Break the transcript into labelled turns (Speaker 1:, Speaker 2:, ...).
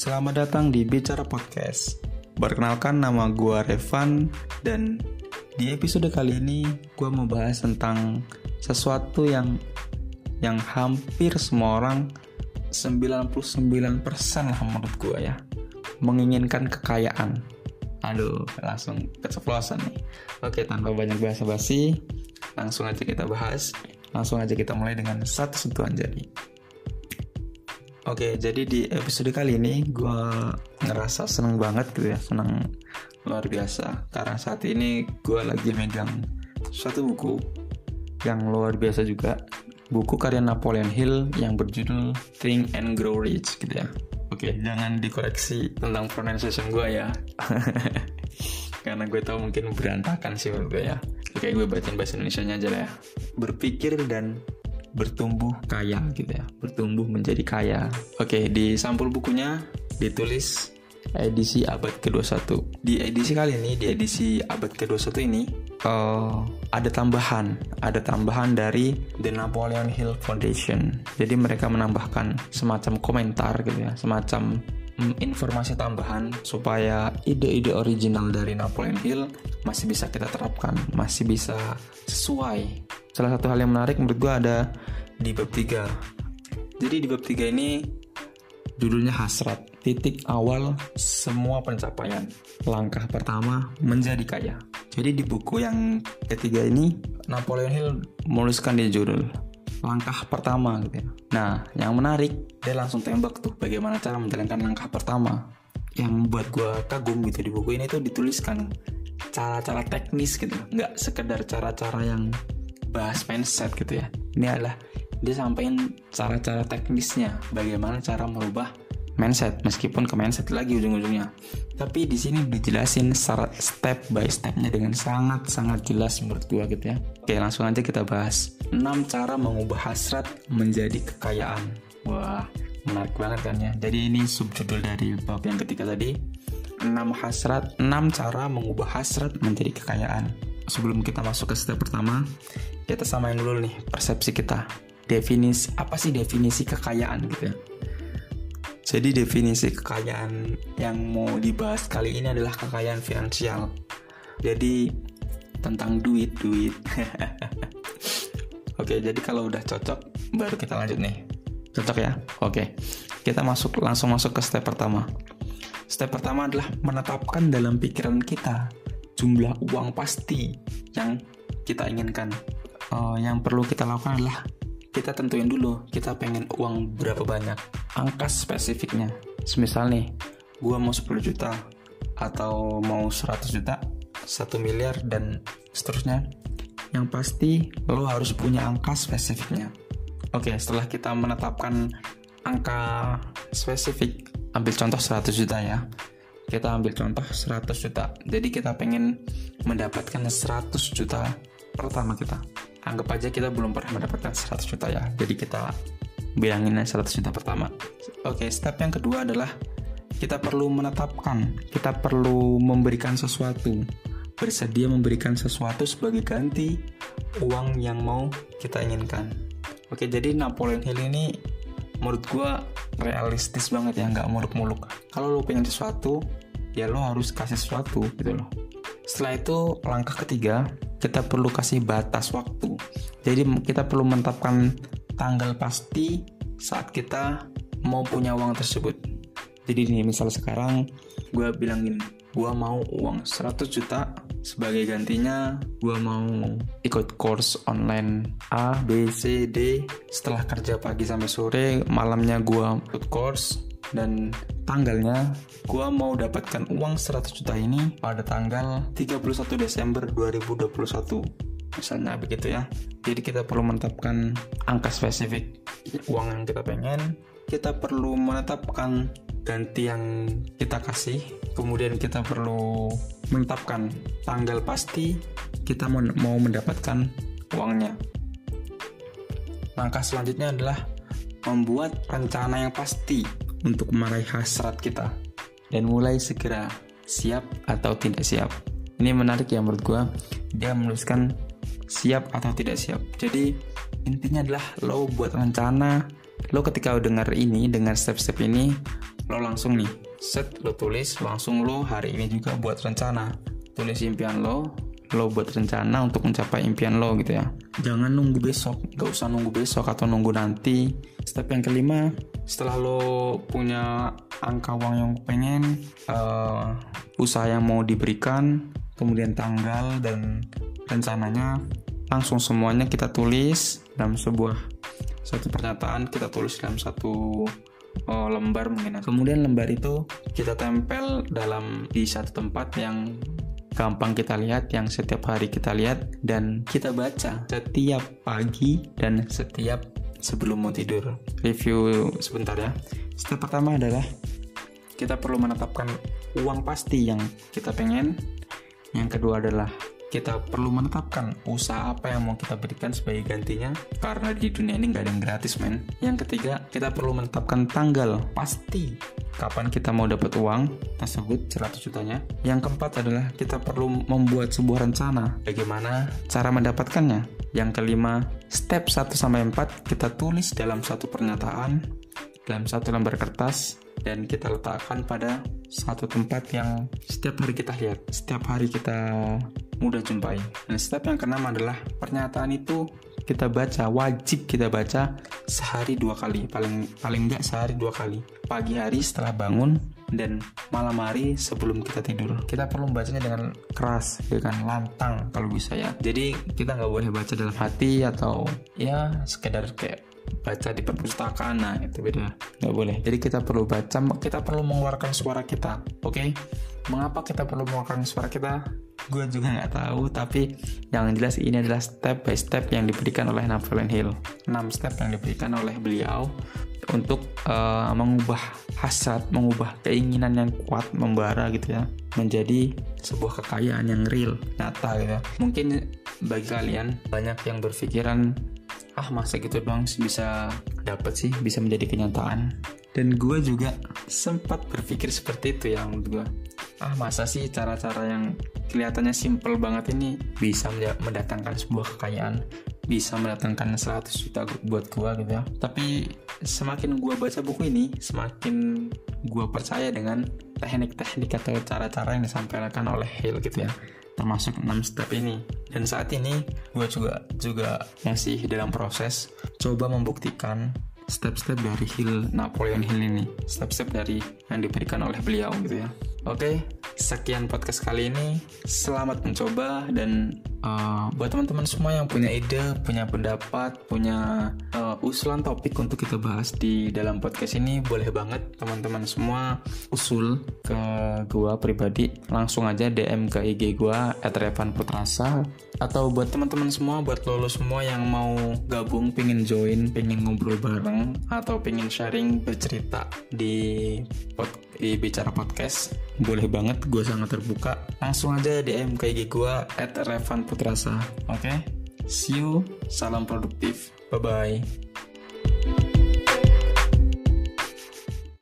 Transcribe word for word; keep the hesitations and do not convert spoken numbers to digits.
Speaker 1: Selamat datang di Bicara Podcast. Perkenalkan, nama gue Revan. Dan di episode kali ini gue mau bahas tentang sesuatu yang Yang hampir semua orang, sembilan puluh sembilan persen lah menurut gue ya, menginginkan kekayaan. Aduh, langsung keceplosan nih. Oke, tanpa banyak basa-basi, langsung aja kita bahas. Langsung aja kita mulai dengan satu sentuhan jari. Oke, jadi di episode kali ini gue ngerasa seneng banget gitu ya, seneng luar biasa. Karena saat ini gue lagi megang suatu buku yang luar biasa juga. Buku karya Napoleon Hill yang berjudul Think and Grow Rich gitu ya. Oke, jangan dikoreksi tentang pronunciation gue ya. Karena gue tahu mungkin berantakan sih menurut gue ya. Oke, gue bacain bahasa Indonesianya aja lah ya. Berpikir dan bertumbuh kaya gitu ya. Bertumbuh menjadi kaya. Oke, di sampul bukunya ditulis edisi abad kedua puluh satu. Di edisi kali ini, di edisi abad kedua puluh satu ini uh, ada tambahan, ada tambahan dari The Napoleon Hill Foundation. Jadi mereka menambahkan semacam komentar gitu ya, semacam mm, informasi tambahan supaya ide-ide original dari Napoleon Hill masih bisa kita terapkan, masih bisa sesuai. Salah satu hal yang menarik menurut gue ada di bab tiga. Jadi di bab tiga ini judulnya hasrat, titik awal semua pencapaian. Langkah pertama menjadi kaya. Jadi di buku yang ketiga ini Napoleon Hill menuliskan di judul langkah pertama gitu ya. Nah, yang menarik, dia langsung tembak tuh bagaimana cara menjalankan langkah pertama. Yang membuat gue kagum gitu, di buku ini tuh dituliskan cara-cara teknis gitu, nggak sekedar cara-cara yang bahas mindset gitu ya. Ini adalah dia sampaikan cara-cara teknisnya, bagaimana cara merubah mindset, meskipun ke mindset lagi ujung-ujungnya. Tapi di sini dijelasin secara step by stepnya dengan sangat-sangat jelas menurut gua gitu ya. Oke, langsung aja kita bahas enam cara mengubah hasrat menjadi kekayaan. Wah, menarik banget kan ya. Jadi ini subjudul dari bab yang ketiga tadi, enam hasrat, enam cara mengubah hasrat menjadi kekayaan. Sebelum kita masuk ke step pertama, kita samain dulu nih persepsi kita. Definisi, apa sih definisi kekayaan gitu ya. Jadi definisi kekayaan yang mau dibahas kali ini adalah kekayaan finansial. Jadi tentang duit, duit. Oke, jadi kalau udah cocok, baru kita lanjut nih. Cocok ya? Oke, kita masuk langsung masuk ke step pertama. Step pertama adalah menetapkan dalam pikiran kita jumlah uang pasti yang kita inginkan. Uh, yang perlu kita lakukan adalah kita tentuin dulu, kita pengen uang berapa banyak, angka spesifiknya. Semisal nih, gue mau sepuluh juta, atau mau seratus juta, satu miliar, dan seterusnya. Yang pasti, lo harus punya angka spesifiknya. Oke, setelah kita menetapkan angka spesifik, ambil contoh seratus juta ya. Kita ambil contoh seratus juta. Jadi kita pengen mendapatkan seratus juta pertama kita. Anggap aja kita belum pernah mendapatkan seratus juta ya. Jadi kita bilangin seratus juta pertama. Oke, step yang kedua adalah kita perlu menetapkan, kita perlu memberikan sesuatu, bersedia memberikan sesuatu sebagai ganti uang yang mau kita inginkan. Oke, jadi Napoleon Hill ini menurut gue realistis banget ya, nggak muluk-muluk. Kalau lo pengen sesuatu, ya lo harus kasih sesuatu gitu loh. Setelah itu langkah ketiga, kita perlu kasih batas waktu. Jadi kita perlu menetapkan tanggal pasti saat kita mau punya uang tersebut. Jadi nih, misal sekarang gue bilangin, gue mau uang seratus juta, sebagai gantinya gue mau ikut course online A, B, C, D. Setelah kerja pagi sampai sore, malamnya gue ikut course. Dan tanggalnya gue mau dapatkan uang seratus juta ini pada tanggal tiga puluh satu Desember dua ribu dua puluh satu. Misalnya begitu ya. Jadi kita perlu menetapkan angka spesifik uang yang kita pengen. Kita perlu menetapkan ganti yang kita kasih. Kemudian kita perlu menetapkan tanggal pasti kita mau mendapatkan uangnya. Langkah selanjutnya adalah membuat rencana yang pasti untuk meraih hasrat kita dan mulai segera, siap atau tidak siap. Ini menarik ya menurut gue. Dia menuliskan siap atau tidak siap. Jadi intinya adalah lo buat rencana. Lo ketika dengar ini, dengar step-step ini, lo langsung nih set lo tulis, langsung lo hari ini juga buat rencana, tulis impian lo, lo buat rencana untuk mencapai impian lo gitu ya. Jangan nunggu besok, gak usah nunggu besok atau nunggu nanti. Step yang kelima, setelah lo punya angka uang yang pengen, uh, usaha yang mau diberikan, kemudian tanggal dan rencananya, langsung semuanya kita tulis dalam sebuah satu pernyataan, kita tulis dalam satu oh, lembar mungkin. Kemudian lembar itu kita tempel dalam di satu tempat yang gampang kita lihat, yang setiap hari kita lihat dan kita baca setiap pagi dan setiap sebelum mau tidur. Review sebentar ya. Step pertama adalah kita perlu menetapkan uang pasti yang kita pengen. Yang kedua adalah kita perlu menetapkan usaha apa yang mau kita berikan sebagai gantinya, karena di dunia ini nggak ada yang gratis, men. Yang ketiga, kita perlu menetapkan tanggal pasti kapan kita mau dapat uang tersebut, seratus jutanya. Yang keempat adalah kita perlu membuat sebuah rencana bagaimana cara mendapatkannya. Yang kelima, step satu sampai empat kita tulis dalam satu pernyataan, dalam satu lembar kertas, dan kita letakkan pada satu tempat yang setiap hari kita lihat, setiap hari kita mudah jumpai. Dan step yang keenam adalah pernyataan itu kita baca, wajib kita baca sehari dua kali, paling paling enggak sehari dua kali. Pagi hari setelah bangun dan malam hari sebelum kita tidur. Kita perlu membacanya dengan keras, dengan lantang kalau bisa ya. Jadi kita nggak boleh baca dalam hati atau ya sekedar kayak baca di perpustakaan, nah itu beda, nggak boleh. Jadi kita perlu baca, kita perlu mengeluarkan suara kita. Oke, okay? Mengapa kita perlu mengeluarkan suara kita? Gue juga nggak tahu, tapi yang jelas ini adalah step by step yang diberikan oleh Napoleon Hill. enam step yang diberikan oleh beliau untuk uh, mengubah hasrat, mengubah keinginan yang kuat membara gitu ya, menjadi sebuah kekayaan yang real, nyata gitu. Mungkin bagi kalian banyak yang berpikiran, ah masa gitu doang bisa dapat sih, bisa menjadi kenyataan. Dan gue juga sempat berpikir seperti itu ya, menurut gue, ah masa sih cara-cara yang kelihatannya simple banget ini bisa mendatangkan sebuah kekayaan, bisa mendatangkan seratus juta buat gue gitu ya. Tapi semakin gue baca buku ini, semakin gue percaya dengan teknik-teknik atau cara-cara yang disampaikan oleh Hill gitu ya, termasuk enam step ini. Dan saat ini gue juga juga masih dalam proses coba membuktikan step-step dari Hill, Napoleon Hill ini, step-step dari yang diberikan oleh beliau gitu ya. Oke, sekian podcast kali ini. Selamat mencoba, dan uh, buat teman-teman semua yang punya ide, punya pendapat, punya uh, usulan topik untuk kita bahas di dalam podcast ini, boleh banget teman-teman semua usul ke gua pribadi. Langsung aja D M ke I G gua et revan putrasa. Atau buat teman-teman semua, buat lo semua yang mau gabung, pengen join, pengen ngobrol bareng, atau pengen sharing, bercerita di pod- di Bicara Podcast, boleh banget, gue sangat terbuka. Langsung aja D M ke I G gue et revan putrasa. Oke, okay? See you, salam produktif, bye bye.